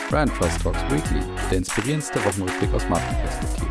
Brand Trust Talks Weekly, der inspirierendste Wochenrückblick aus Markenperspektive.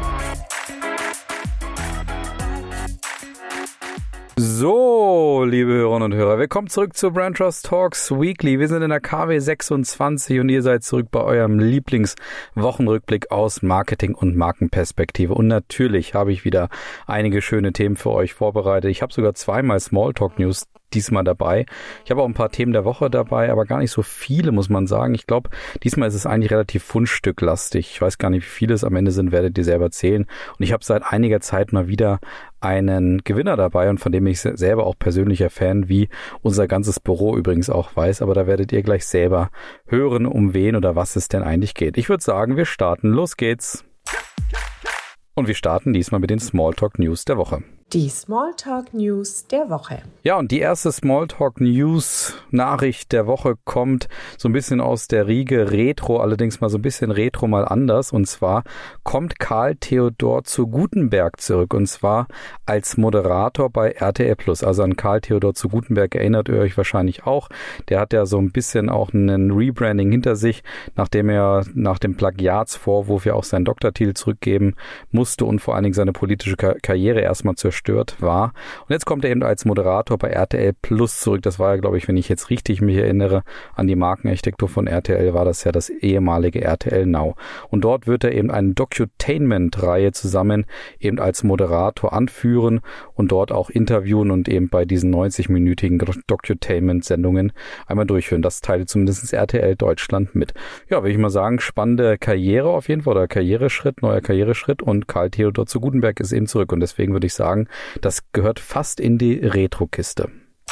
So, liebe Hörerinnen und Hörer, willkommen zurück zu Brand Trust Talks Weekly. Wir sind in der KW 26 und ihr seid zurück bei eurem Lieblingswochenrückblick aus Marketing- und Markenperspektive. Und natürlich habe ich wieder einige schöne Themen für euch vorbereitet. Ich habe sogar zweimal Smalltalk News diesmal dabei. Ich habe auch ein paar Themen der Woche dabei, aber gar nicht so viele, muss man sagen. Ich glaube, diesmal ist es eigentlich relativ fundstücklastig. Ich weiß gar nicht, wie viele es am Ende sind, werdet ihr selber zählen. Und ich habe seit einiger Zeit mal wieder einen Gewinner dabei und von dem ich selber auch persönlicher Fan, wie unser ganzes Büro übrigens auch weiß. Aber da werdet ihr gleich selber hören, um wen oder was es denn eigentlich geht. Ich würde sagen, wir starten. Los geht's. Und wir starten diesmal mit den Smalltalk News der Woche. Die Smalltalk News der Woche. Ja, und die erste Smalltalk News Nachricht der Woche kommt so ein bisschen aus der Riege Retro, allerdings mal so ein bisschen Retro mal anders. Und zwar kommt Karl Theodor zu Guttenberg zurück und zwar als Moderator bei RTL+. Also an Karl Theodor zu Guttenberg erinnert ihr euch wahrscheinlich auch. Der hat ja so ein bisschen auch einen Rebranding hinter sich, nachdem er nach dem Plagiatsvorwurf ja auch seinen Doktortitel zurückgeben musste und vor allen Dingen seine politische Karriere erstmal zerstört war. Und jetzt kommt er eben als Moderator bei RTL Plus zurück. Das war ja, glaube ich, wenn ich jetzt richtig mich erinnere an die Markenarchitektur von RTL, war das ja das ehemalige RTL Now. Und dort wird er eben eine Docutainment-Reihe zusammen eben als Moderator anführen und dort auch interviewen und eben bei diesen 90-minütigen Docutainment-Sendungen einmal durchführen. Das teilt zumindest RTL Deutschland mit. Ja, würde ich mal sagen, spannende Karriere auf jeden Fall oder neuer Karriereschritt und Karl Theodor zu Guttenberg ist eben zurück und deswegen würde ich sagen, das gehört fast in die Retro-Kiste.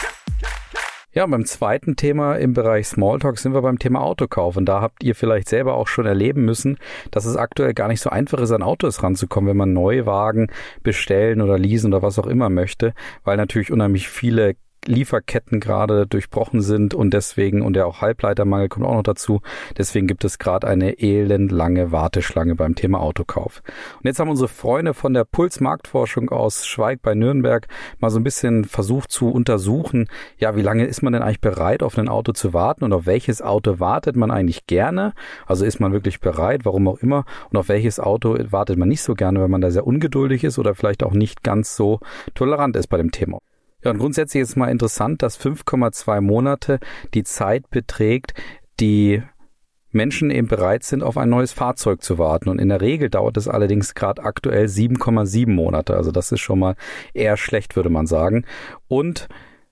Ja, beim zweiten Thema im Bereich Smalltalk sind wir beim Thema Autokauf. Und da habt ihr vielleicht selber auch schon erleben müssen, dass es aktuell gar nicht so einfach ist, an Autos ranzukommen, wenn man Neuwagen bestellen oder leasen oder was auch immer möchte, weil natürlich unheimlich viele Lieferketten gerade durchbrochen sind und deswegen, und ja auch Halbleitermangel kommt auch noch dazu, deswegen gibt es gerade eine elendlange Warteschlange beim Thema Autokauf. Und jetzt haben unsere Freunde von der Puls Marktforschung aus Schweig bei Nürnberg mal so ein bisschen versucht zu untersuchen, ja, wie lange ist man denn eigentlich bereit, auf ein Auto zu warten und auf welches Auto wartet man eigentlich gerne? Also ist man wirklich bereit, warum auch immer, und auf welches Auto wartet man nicht so gerne, wenn man da sehr ungeduldig ist oder vielleicht auch nicht ganz so tolerant ist bei dem Thema. Ja, und grundsätzlich ist es mal interessant, dass 5,2 Monate die Zeit beträgt, die Menschen eben bereit sind, auf ein neues Fahrzeug zu warten. Und in der Regel dauert es allerdings gerade aktuell 7,7 Monate. Also das ist schon mal eher schlecht, würde man sagen. Und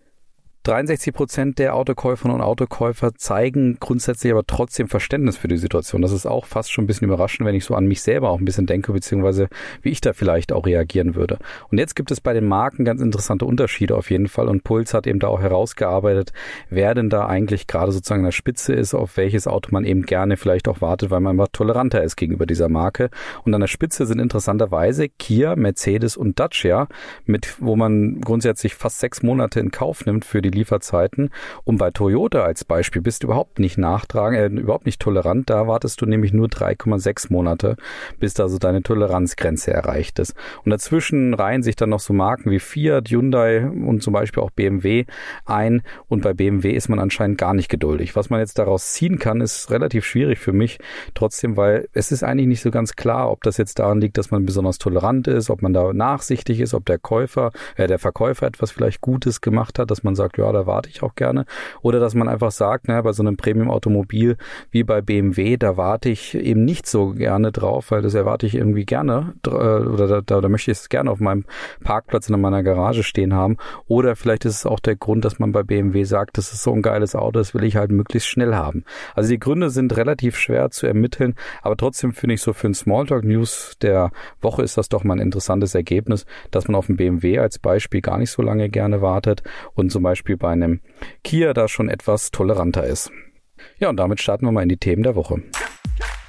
63% der Autokäuferinnen und Autokäufer zeigen grundsätzlich aber trotzdem Verständnis für die Situation. Das ist auch fast schon ein bisschen überraschend, wenn ich so an mich selber auch ein bisschen denke, beziehungsweise wie ich da vielleicht auch reagieren würde. Und jetzt gibt es bei den Marken ganz interessante Unterschiede auf jeden Fall und Puls hat eben da auch herausgearbeitet, wer denn da eigentlich gerade sozusagen an der Spitze ist, auf welches Auto man eben gerne vielleicht auch wartet, weil man einfach toleranter ist gegenüber dieser Marke. Und an der Spitze sind interessanterweise Kia, Mercedes und Dacia, wo man grundsätzlich fast 6 Monate in Kauf nimmt für die Lieferzeiten. Und bei Toyota als Beispiel bist du überhaupt nicht überhaupt nicht tolerant. Da wartest du nämlich nur 3,6 Monate, bis da so deine Toleranzgrenze erreicht ist. Und dazwischen reihen sich dann noch so Marken wie Fiat, Hyundai und zum Beispiel auch BMW ein. Und bei BMW ist man anscheinend gar nicht geduldig. Was man jetzt daraus ziehen kann, ist relativ schwierig für mich trotzdem, weil es ist eigentlich nicht so ganz klar, ob das jetzt daran liegt, dass man besonders tolerant ist, ob man da nachsichtig ist, ob der Verkäufer etwas vielleicht Gutes gemacht hat, dass man sagt, ja, da warte ich auch gerne. Oder dass man einfach sagt, naja, bei so einem Premium-Automobil wie bei BMW, da warte ich eben nicht so gerne drauf, weil das erwarte ich irgendwie gerne oder da möchte ich es gerne auf meinem Parkplatz in meiner Garage stehen haben. Oder vielleicht ist es auch der Grund, dass man bei BMW sagt, das ist so ein geiles Auto, das will ich halt möglichst schnell haben. Also die Gründe sind relativ schwer zu ermitteln, aber trotzdem finde ich so für ein Smalltalk-News der Woche ist das doch mal ein interessantes Ergebnis, dass man auf einen BMW als Beispiel gar nicht so lange gerne wartet und zum Beispiel bei einem Kia da schon etwas toleranter ist. Ja, und damit starten wir mal in die Themen der Woche.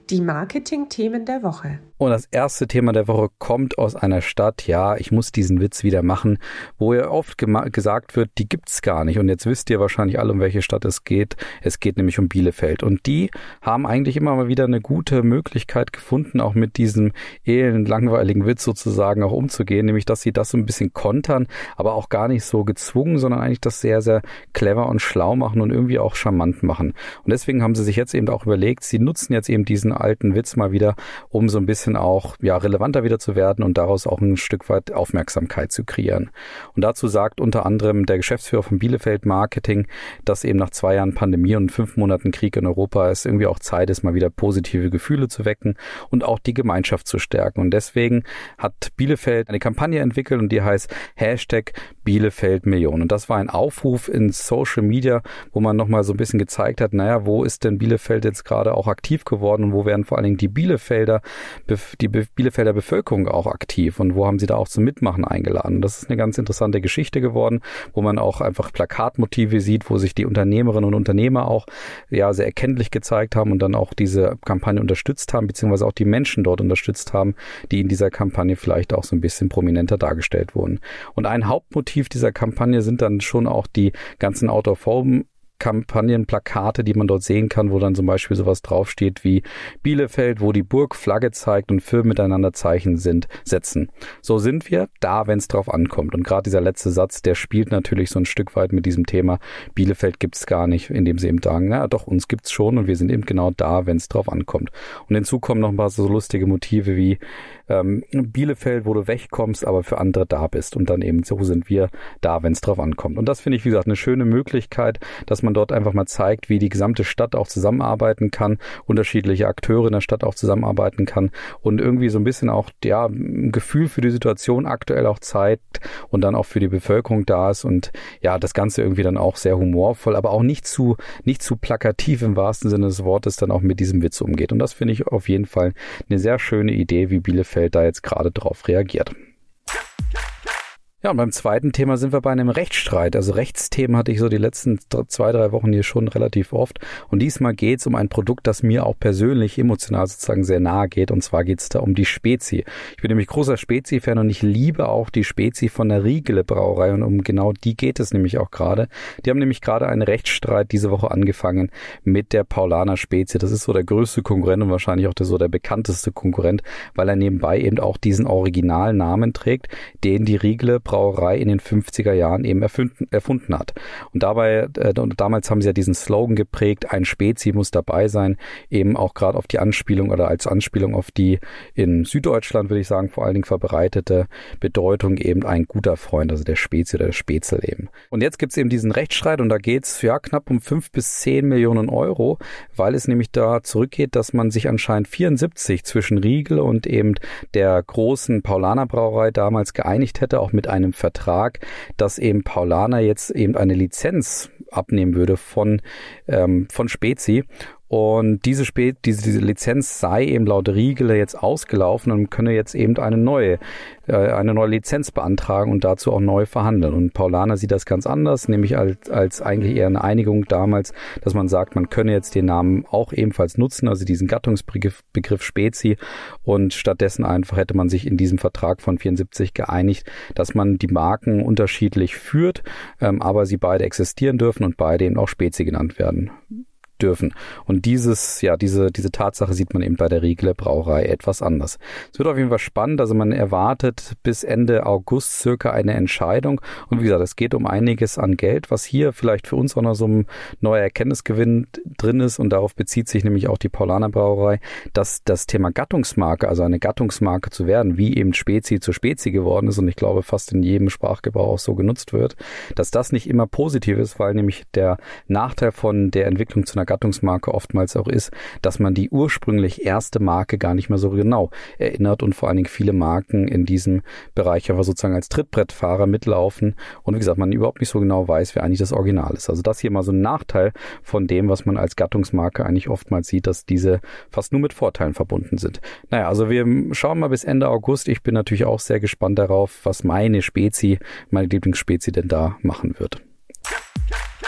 Die Marketing-Themen der Woche. Und das erste Thema der Woche kommt aus einer Stadt, ja, ich muss diesen Witz wieder machen, wo ja oft gesagt wird, die gibt's gar nicht. Und jetzt wisst ihr wahrscheinlich alle, um welche Stadt es geht. Es geht nämlich um Bielefeld. Und die haben eigentlich immer mal wieder eine gute Möglichkeit gefunden, auch mit diesem elend langweiligen Witz sozusagen auch umzugehen, nämlich dass sie das so ein bisschen kontern, aber auch gar nicht so gezwungen, sondern eigentlich das sehr, sehr clever und schlau machen und irgendwie auch charmant machen. Und deswegen haben sie sich jetzt eben auch überlegt, sie nutzen jetzt eben diesen alten Witz mal wieder, um so ein bisschen auch relevanter wieder zu werden und daraus auch ein Stück weit Aufmerksamkeit zu kreieren. Und dazu sagt unter anderem der Geschäftsführer von Bielefeld Marketing, dass eben nach 2 Jahren Pandemie und 5 Monaten Krieg in Europa es irgendwie auch Zeit ist, mal wieder positive Gefühle zu wecken und auch die Gemeinschaft zu stärken. Und deswegen hat Bielefeld eine Kampagne entwickelt und die heißt #BielefeldMillion. Und das war ein Aufruf in Social Media, wo man nochmal so ein bisschen gezeigt hat, wo ist denn Bielefeld jetzt gerade auch aktiv geworden und wo werden vor allen Dingen die Bielefelder Bevölkerung auch aktiv und wo haben sie da auch zum Mitmachen eingeladen. Das ist eine ganz interessante Geschichte geworden, wo man auch einfach Plakatmotive sieht, wo sich die Unternehmerinnen und Unternehmer auch sehr erkenntlich gezeigt haben und dann auch diese Kampagne unterstützt haben, beziehungsweise auch die Menschen dort unterstützt haben, die in dieser Kampagne vielleicht auch so ein bisschen prominenter dargestellt wurden. Und ein Hauptmotiv dieser Kampagne sind dann schon auch die ganzen Kampagnenplakate, die man dort sehen kann, wo dann zum Beispiel sowas draufsteht wie Bielefeld, wo die Burg Flagge zeigt und Firmen miteinander Zeichen setzen. So sind wir da, wenn es drauf ankommt. Und gerade dieser letzte Satz, der spielt natürlich so ein Stück weit mit diesem Thema Bielefeld gibt's gar nicht, indem sie eben sagen, doch, uns gibt's schon und wir sind eben genau da, wenn es drauf ankommt. Und hinzu kommen noch ein paar so lustige Motive wie Bielefeld, wo du wegkommst, aber für andere da bist. Und dann eben, so sind wir da, wenn es drauf ankommt. Und das finde ich, wie gesagt, eine schöne Möglichkeit, dass man dort einfach mal zeigt, wie die gesamte Stadt auch zusammenarbeiten kann, unterschiedliche Akteure in der Stadt auch zusammenarbeiten kann und irgendwie so ein bisschen auch ein Gefühl für die Situation aktuell auch zeigt und dann auch für die Bevölkerung da ist und das Ganze irgendwie dann auch sehr humorvoll, aber auch nicht zu plakativ im wahrsten Sinne des Wortes dann auch mit diesem Witz umgeht. Und das finde ich auf jeden Fall eine sehr schöne Idee, wie Bielefeld da jetzt gerade drauf reagiert. Ja, und beim zweiten Thema sind wir bei einem Rechtsstreit. Also Rechtsthemen hatte ich so die letzten 2-3 Wochen hier schon relativ oft. Und diesmal geht es um ein Produkt, das mir auch persönlich emotional sozusagen sehr nahe geht. Und zwar geht es da um die Spezi. Ich bin nämlich großer Spezi-Fan und ich liebe auch die Spezi von der Riegele Brauerei. Und um genau die geht es nämlich auch gerade. Die haben nämlich gerade einen Rechtsstreit diese Woche angefangen mit der Paulaner Spezi. Das ist so der größte Konkurrent und wahrscheinlich auch der bekannteste Konkurrent, weil er nebenbei eben auch diesen Originalnamen trägt, den die Riegele Brauerei in den 50er Jahren eben erfunden hat. Und damals haben sie ja diesen Slogan geprägt, ein Spezi muss dabei sein, eben auch gerade auf die Anspielung oder als Anspielung auf die in Süddeutschland, würde ich sagen, vor allen Dingen verbreitete Bedeutung eben ein guter Freund, also der Spezi oder der Spätzle eben. Und jetzt gibt es eben diesen Rechtsstreit und da geht es knapp um 5 bis 10 Millionen Euro, weil es nämlich da zurückgeht, dass man sich anscheinend 1974 zwischen Riegele und eben der großen Paulaner Brauerei damals geeinigt hätte, auch mit einem Vertrag, dass eben Paulaner jetzt eben eine Lizenz abnehmen würde von Spezi. Und diese Lizenz sei eben laut Riegele jetzt ausgelaufen und könne jetzt eben eine neue Lizenz beantragen und dazu auch neu verhandeln. Und Paulaner sieht das ganz anders, nämlich als eigentlich eher eine Einigung damals, dass man sagt, man könne jetzt den Namen auch ebenfalls nutzen, also diesen Gattungsbegriff Spezi, und stattdessen einfach hätte man sich in diesem Vertrag von 74 geeinigt, dass man die Marken unterschiedlich führt, aber sie beide existieren dürfen und beide eben auch Spezi genannt werden dürfen. Und diese Tatsache sieht man eben bei der Riegele Brauerei etwas anders. Es wird auf jeden Fall spannend, also man erwartet bis Ende August circa eine Entscheidung und wie gesagt, es geht um einiges an Geld, was hier vielleicht für uns auch noch so ein neuer Erkenntnisgewinn drin ist und darauf bezieht sich nämlich auch die Paulaner Brauerei, dass das Thema Gattungsmarke, also eine Gattungsmarke zu werden, wie eben Spezi zu Spezi geworden ist und ich glaube fast in jedem Sprachgebrauch auch so genutzt wird, dass das nicht immer positiv ist, weil nämlich der Nachteil von der Entwicklung zu einer Gattungsmarke oftmals auch ist, dass man die ursprünglich erste Marke gar nicht mehr so genau erinnert und vor allen Dingen viele Marken in diesem Bereich einfach sozusagen als Trittbrettfahrer mitlaufen und wie gesagt, man überhaupt nicht so genau weiß, wer eigentlich das Original ist. Also das hier mal so ein Nachteil von dem, was man als Gattungsmarke eigentlich oftmals sieht, dass diese fast nur mit Vorteilen verbunden sind. Naja, also wir schauen mal bis Ende August. Ich bin natürlich auch sehr gespannt darauf, was meine Lieblingsspezi denn da machen wird.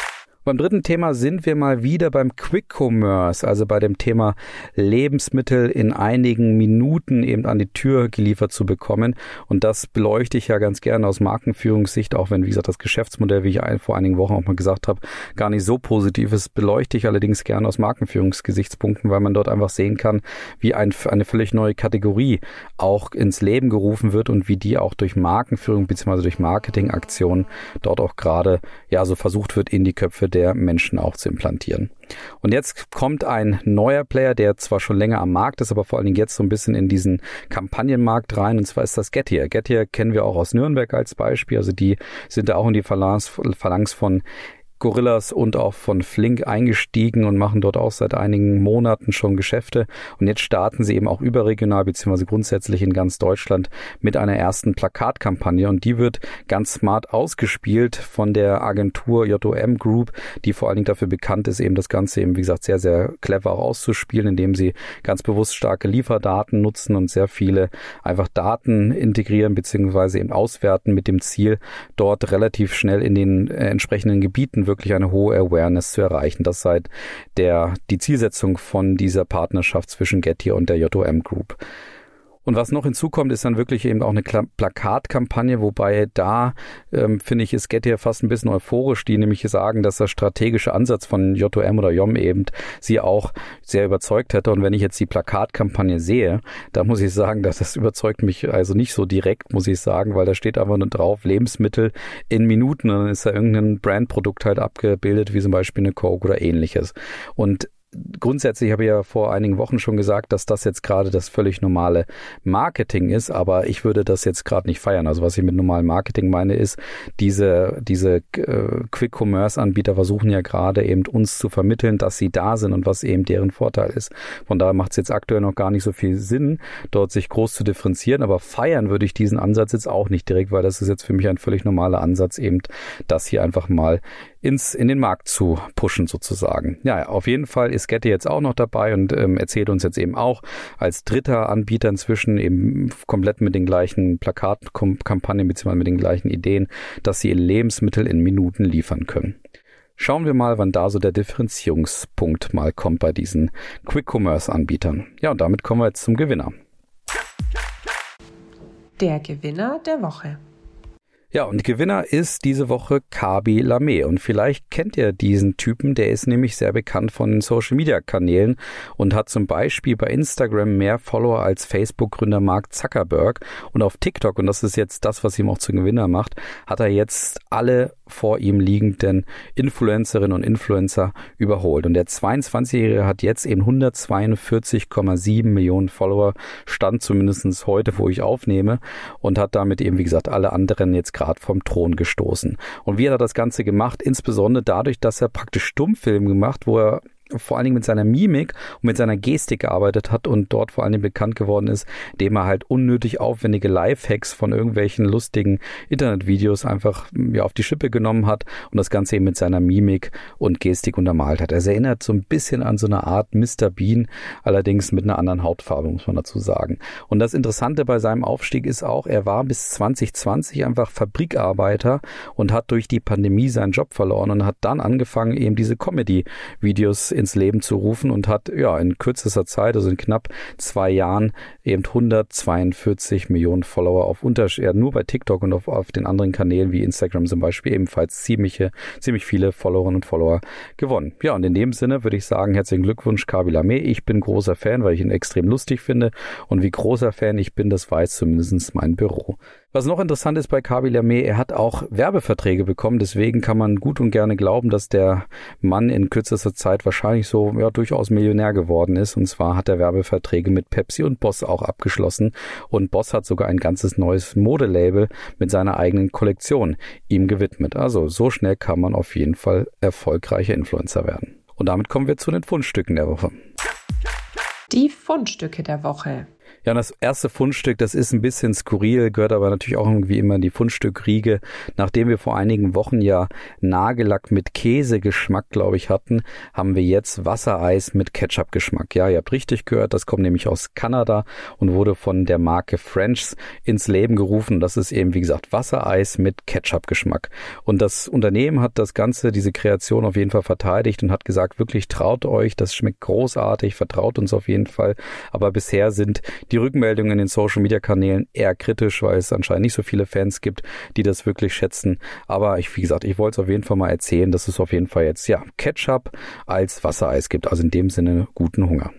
Beim dritten Thema sind wir mal wieder beim Quick Commerce, also bei dem Thema Lebensmittel in einigen Minuten eben an die Tür geliefert zu bekommen. Und das beleuchte ich ja ganz gerne aus Markenführungssicht, auch wenn, wie gesagt, das Geschäftsmodell, wie ich vor einigen Wochen auch mal gesagt habe, gar nicht so positiv ist, beleuchte ich allerdings gerne aus Markenführungsgesichtspunkten, weil man dort einfach sehen kann, wie eine völlig neue Kategorie auch ins Leben gerufen wird und wie die auch durch Markenführung bzw. durch Marketingaktionen dort auch gerade so versucht wird, in die Köpfe der Menschen auch zu implantieren. Und jetzt kommt ein neuer Player, der zwar schon länger am Markt ist, aber vor allen Dingen jetzt so ein bisschen in diesen Kampagnenmarkt rein, und zwar ist das Getir. Getir kennen wir auch aus Nürnberg als Beispiel, also die sind da auch in die Phalanx von Gorillas und auch von Flink eingestiegen und machen dort auch seit einigen Monaten schon Geschäfte. Und jetzt starten sie eben auch überregional bzw. grundsätzlich in ganz Deutschland mit einer ersten Plakatkampagne. Und die wird ganz smart ausgespielt von der Agentur JOM Group, die vor allen Dingen dafür bekannt ist, eben das Ganze eben, wie gesagt, sehr, sehr clever auch auszuspielen, indem sie ganz bewusst starke Lieferdaten nutzen und sehr viele einfach Daten integrieren bzw. eben auswerten mit dem Ziel, dort relativ schnell in den entsprechenden Gebieten wirklich eine hohe Awareness zu erreichen. Das sei die Zielsetzung von dieser Partnerschaft zwischen Getir und der JOM Group. Und was noch hinzukommt, ist dann wirklich eben auch eine Plakatkampagne, wobei da, finde ich, ist Getir fast ein bisschen euphorisch, die nämlich sagen, dass der strategische Ansatz von JOM oder JOM eben sie auch sehr überzeugt hätte. Und wenn ich jetzt die Plakatkampagne sehe, da muss ich sagen, dass das überzeugt mich also nicht so direkt, muss ich sagen, weil da steht einfach nur drauf, Lebensmittel in Minuten, und dann ist da irgendein Brandprodukt halt abgebildet, wie zum Beispiel eine Coke oder ähnliches. Und grundsätzlich habe ich ja vor einigen Wochen schon gesagt, dass das jetzt gerade das völlig normale Marketing ist, aber ich würde das jetzt gerade nicht feiern. Also was ich mit normalem Marketing meine, ist, diese Quick-Commerce-Anbieter versuchen ja gerade eben uns zu vermitteln, dass sie da sind und was eben deren Vorteil ist. Von daher macht es jetzt aktuell noch gar nicht so viel Sinn, dort sich groß zu differenzieren, aber feiern würde ich diesen Ansatz jetzt auch nicht direkt, weil das ist jetzt für mich ein völlig normaler Ansatz, eben das hier einfach mal in den Markt zu pushen sozusagen. Ja, auf jeden Fall ist Getir jetzt auch noch dabei und erzählt uns jetzt eben auch als dritter Anbieter inzwischen eben komplett mit den gleichen Plakatkampagnen bzw. mit den gleichen Ideen, dass sie Lebensmittel in Minuten liefern können. Schauen wir mal, wann da so der Differenzierungspunkt mal kommt bei diesen Quick-Commerce-Anbietern. Ja, und damit kommen wir jetzt zum Gewinner. Der Gewinner der Woche. Ja, und Gewinner ist diese Woche Khaby Lame. Und vielleicht kennt ihr diesen Typen, der ist nämlich sehr bekannt von den Social-Media-Kanälen und hat zum Beispiel bei Instagram mehr Follower als Facebook-Gründer Mark Zuckerberg. Und auf TikTok, und das ist jetzt das, was ihm auch zum Gewinner macht, hat er jetzt alle vor ihm liegenden Influencerinnen und Influencer überholt. Und der 22-Jährige hat jetzt eben 142,7 Millionen Follower, stand zumindest heute, wo ich aufnehme, und hat damit eben, wie gesagt, alle anderen jetzt gerade vom Thron gestoßen. Und wie hat er das Ganze gemacht? Insbesondere dadurch, dass er praktisch Stummfilm gemacht, wo er vor allen Dingen mit seiner Mimik und mit seiner Gestik gearbeitet hat und dort vor allen Dingen bekannt geworden ist, indem er halt unnötig aufwendige Lifehacks von irgendwelchen lustigen Internetvideos einfach auf die Schippe genommen hat und das Ganze eben mit seiner Mimik und Gestik untermalt hat. Es erinnert so ein bisschen an so eine Art Mr. Bean, allerdings mit einer anderen Hautfarbe, muss man dazu sagen. Und das Interessante bei seinem Aufstieg ist auch, er war bis 2020 einfach Fabrikarbeiter und hat durch die Pandemie seinen Job verloren und hat dann angefangen, eben diese Comedy-Videos ins Leben zu rufen und hat in kürzester Zeit, also in knapp 2 Jahren, eben 142 Millionen Follower nur bei TikTok und auf den anderen Kanälen wie Instagram zum Beispiel ebenfalls ziemlich viele Followerinnen und Follower gewonnen. Ja, und in dem Sinne würde ich sagen, herzlichen Glückwunsch Khaby Lame. Ich bin großer Fan, weil ich ihn extrem lustig finde, und wie großer Fan ich bin, das weiß zumindest mein Büro. Was noch interessant ist bei Khaby Lame, er hat auch Werbeverträge bekommen, deswegen kann man gut und gerne glauben, dass der Mann in kürzester Zeit wahrscheinlich so durchaus Millionär geworden ist, und zwar hat er Werbeverträge mit Pepsi und Boss auch abgeschlossen, und Boss hat sogar ein ganzes neues Modelabel mit seiner eigenen Kollektion ihm gewidmet. Also so schnell kann man auf jeden Fall erfolgreicher Influencer werden. Und damit kommen wir zu den Fundstücken der Woche. Die Fundstücke der Woche. Ja, und das erste Fundstück, das ist ein bisschen skurril, gehört aber natürlich auch irgendwie immer in die Fundstückriege. Nachdem wir vor einigen Wochen ja Nagellack mit Käsegeschmack, glaube ich, hatten, haben wir jetzt Wassereis mit Ketchup-Geschmack. Ja, ihr habt richtig gehört, das kommt nämlich aus Kanada und wurde von der Marke French's ins Leben gerufen. Das ist eben, wie gesagt, Wassereis mit Ketchup-Geschmack. Und das Unternehmen hat das Ganze, diese Kreation auf jeden Fall verteidigt und hat gesagt, wirklich traut euch, das schmeckt großartig, vertraut uns auf jeden Fall. Aber bisher sind die Rückmeldungen in den Social-Media-Kanälen eher kritisch, weil es anscheinend nicht so viele Fans gibt, die das wirklich schätzen. Aber wie gesagt, ich wollte es auf jeden Fall mal erzählen, dass es auf jeden Fall jetzt Ketchup als Wassereis gibt. Also in dem Sinne guten Hunger.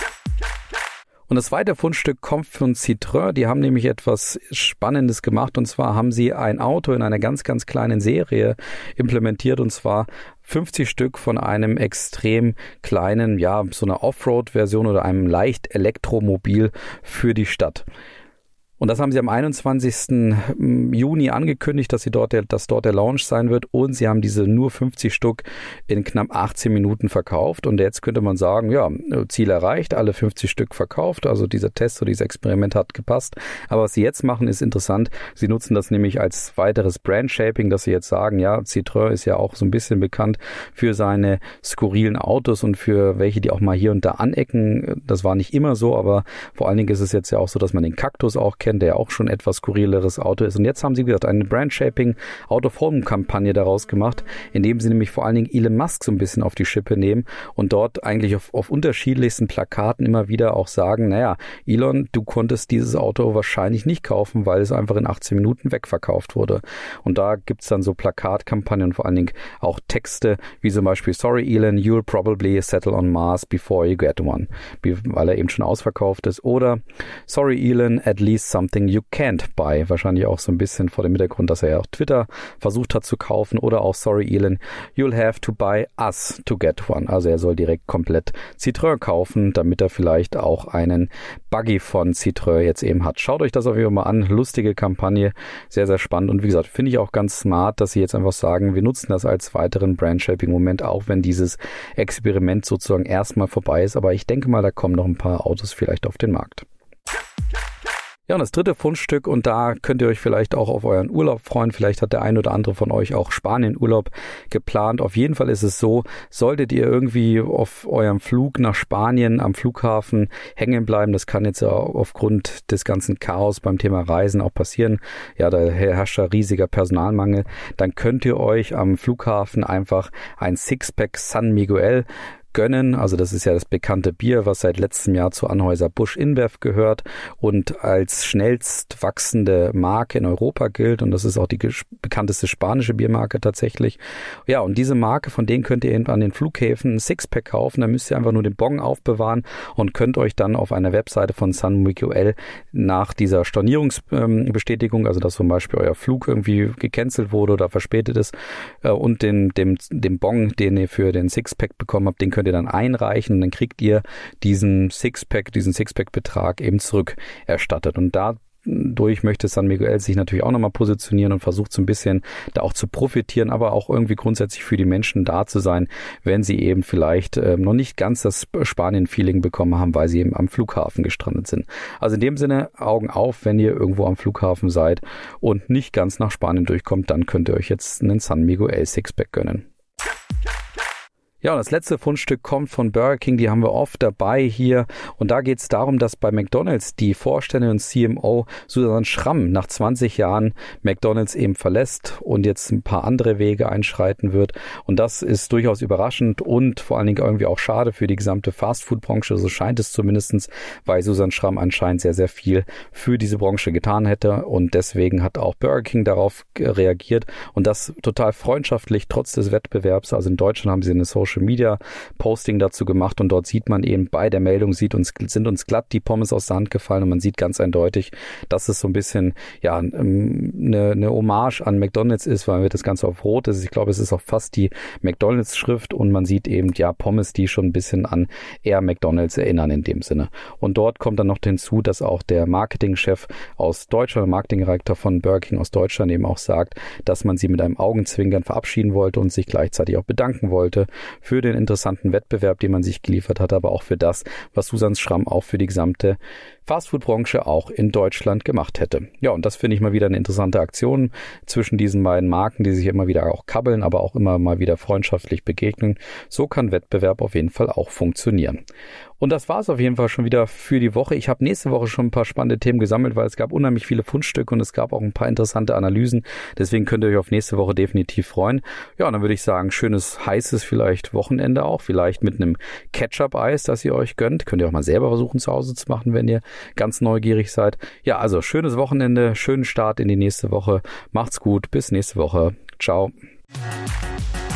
Und das zweite Fundstück kommt von Citroën. Die haben nämlich etwas Spannendes gemacht. Und zwar haben sie ein Auto in einer ganz, ganz kleinen Serie implementiert. Und zwar 50 Stück von einem extrem kleinen, so einer Offroad-Version oder einem leicht Elektromobil für die Stadt. Und das haben sie am 21. Juni angekündigt, dass dort der Launch sein wird. Und sie haben diese nur 50 Stück in knapp 18 Minuten verkauft. Und jetzt könnte man sagen, Ziel erreicht, alle 50 Stück verkauft. Also dieser Test oder dieses Experiment hat gepasst. Aber was sie jetzt machen, ist interessant. Sie nutzen das nämlich als weiteres Brand-Shaping, dass sie jetzt sagen, Citroën ist ja auch so ein bisschen bekannt für seine skurrilen Autos und für welche, die auch mal hier und da anecken. Das war nicht immer so, aber vor allen Dingen ist es jetzt ja auch so, dass man den Kaktus auch kennt, der auch schon etwas skurrileres Auto ist. Und jetzt haben sie, wie gesagt, eine Brand-Shaping Out-of-Home-Kampagne daraus gemacht, indem sie nämlich vor allen Dingen Elon Musk so ein bisschen auf die Schippe nehmen und dort eigentlich auf unterschiedlichsten Plakaten immer wieder auch sagen, Elon, du konntest dieses Auto wahrscheinlich nicht kaufen, weil es einfach in 18 Minuten wegverkauft wurde. Und da gibt's dann so Plakatkampagnen und vor allen Dingen auch Texte, wie zum Beispiel, sorry Elon, you'll probably settle on Mars before you get one, weil er eben schon ausverkauft ist. Oder sorry Elon, at least something you can't buy. Wahrscheinlich auch so ein bisschen vor dem Hintergrund, dass er ja auch Twitter versucht hat zu kaufen. Oder auch sorry Elon, you'll have to buy us to get one. Also er soll direkt komplett Citroën kaufen, damit er vielleicht auch einen Buggy von Citroën jetzt eben hat. Schaut euch das auf jeden Fall mal an. Lustige Kampagne. Sehr, sehr spannend. Und wie gesagt, finde ich auch ganz smart, dass sie jetzt einfach sagen, wir nutzen das als weiteren Brand-Shaping-Moment, auch wenn dieses Experiment sozusagen erstmal vorbei ist. Aber ich denke mal, da kommen noch ein paar Autos vielleicht auf den Markt. Ja, und das dritte Fundstück, und da könnt ihr euch vielleicht auch auf euren Urlaub freuen. Vielleicht hat der ein oder andere von euch auch Spanien-Urlaub geplant. Auf jeden Fall ist es so, solltet ihr irgendwie auf eurem Flug nach Spanien am Flughafen hängen bleiben, das kann jetzt ja aufgrund des ganzen Chaos beim Thema Reisen auch passieren. Ja, da herrscht ja riesiger Personalmangel. Dann könnt ihr euch am Flughafen einfach ein Sixpack San Miguel gönnen. Also das ist ja das bekannte Bier, was seit letztem Jahr zu Anheuser-Busch InBev gehört und als schnellst wachsende Marke in Europa gilt. Und das ist auch die bekannteste spanische Biermarke tatsächlich. Ja, und diese Marke, von denen könnt ihr eben an den Flughäfen ein Sixpack kaufen. Da müsst ihr einfach nur den Bon aufbewahren und könnt euch dann auf einer Webseite von San Miguel nach dieser Stornierungsbestätigung, also dass zum Beispiel euer Flug irgendwie gecancelt wurde oder verspätet ist, und dem Bon, den ihr für den Sixpack bekommen habt, den könnt ihr dann einreichen und dann kriegt ihr diesen Sixpack-Betrag eben zurückerstattet. Und dadurch möchte San Miguel sich natürlich auch nochmal positionieren und versucht so ein bisschen da auch zu profitieren, aber auch irgendwie grundsätzlich für die Menschen da zu sein, wenn sie eben vielleicht noch nicht ganz das Spanien-Feeling bekommen haben, weil sie eben am Flughafen gestrandet sind. Also in dem Sinne, Augen auf, wenn ihr irgendwo am Flughafen seid und nicht ganz nach Spanien durchkommt, dann könnt ihr euch jetzt einen San Miguel Sixpack gönnen. Ja, und das letzte Fundstück kommt von Burger King, die haben wir oft dabei hier. Und da geht es darum, dass bei McDonald's die Vorständin und CMO Susan Schramm nach 20 Jahren McDonald's eben verlässt und jetzt ein paar andere Wege einschreiten wird. Und das ist durchaus überraschend und vor allen Dingen irgendwie auch schade für die gesamte Fastfood-Branche. So scheint es zumindest, weil Susan Schramm anscheinend sehr, sehr viel für diese Branche getan hätte. Und deswegen hat auch Burger King darauf reagiert. Und das total freundschaftlich, trotz des Wettbewerbs. Also in Deutschland haben sie eine Social Media Posting dazu gemacht und dort sieht man eben bei der Meldung, sind uns glatt die Pommes aus der Hand gefallen und man sieht ganz eindeutig, dass es so ein bisschen eine Hommage an McDonald's ist, weil das Ganze auf Rot ist. Ich glaube, es ist auch fast die McDonald's-Schrift und man sieht eben Pommes, die schon ein bisschen an eher McDonald's erinnern in dem Sinne. Und dort kommt dann noch hinzu, dass auch der Marketingchef aus Deutschland, Marketingdirektor von Burger King aus Deutschland eben auch sagt, dass man sie mit einem Augenzwinkern verabschieden wollte und sich gleichzeitig auch bedanken wollte für den interessanten Wettbewerb, den man sich geliefert hat, aber auch für das, was Susan Schramm auch für die gesamte Fastfood-Branche auch in Deutschland gemacht hätte. Ja, und das finde ich mal wieder eine interessante Aktion zwischen diesen beiden Marken, die sich immer wieder auch kabbeln, aber auch immer mal wieder freundschaftlich begegnen. So kann Wettbewerb auf jeden Fall auch funktionieren. Und das war es auf jeden Fall schon wieder für die Woche. Ich habe nächste Woche schon ein paar spannende Themen gesammelt, weil es gab unheimlich viele Fundstücke und es gab auch ein paar interessante Analysen. Deswegen könnt ihr euch auf nächste Woche definitiv freuen. Ja, und dann würde ich sagen, schönes, heißes vielleicht Wochenende auch. Vielleicht mit einem Ketchup-Eis, das ihr euch gönnt. Könnt ihr auch mal selber versuchen zu Hause zu machen, wenn ihr ganz neugierig seid. Ja, also schönes Wochenende, schönen Start in die nächste Woche. Macht's gut, bis nächste Woche. Ciao.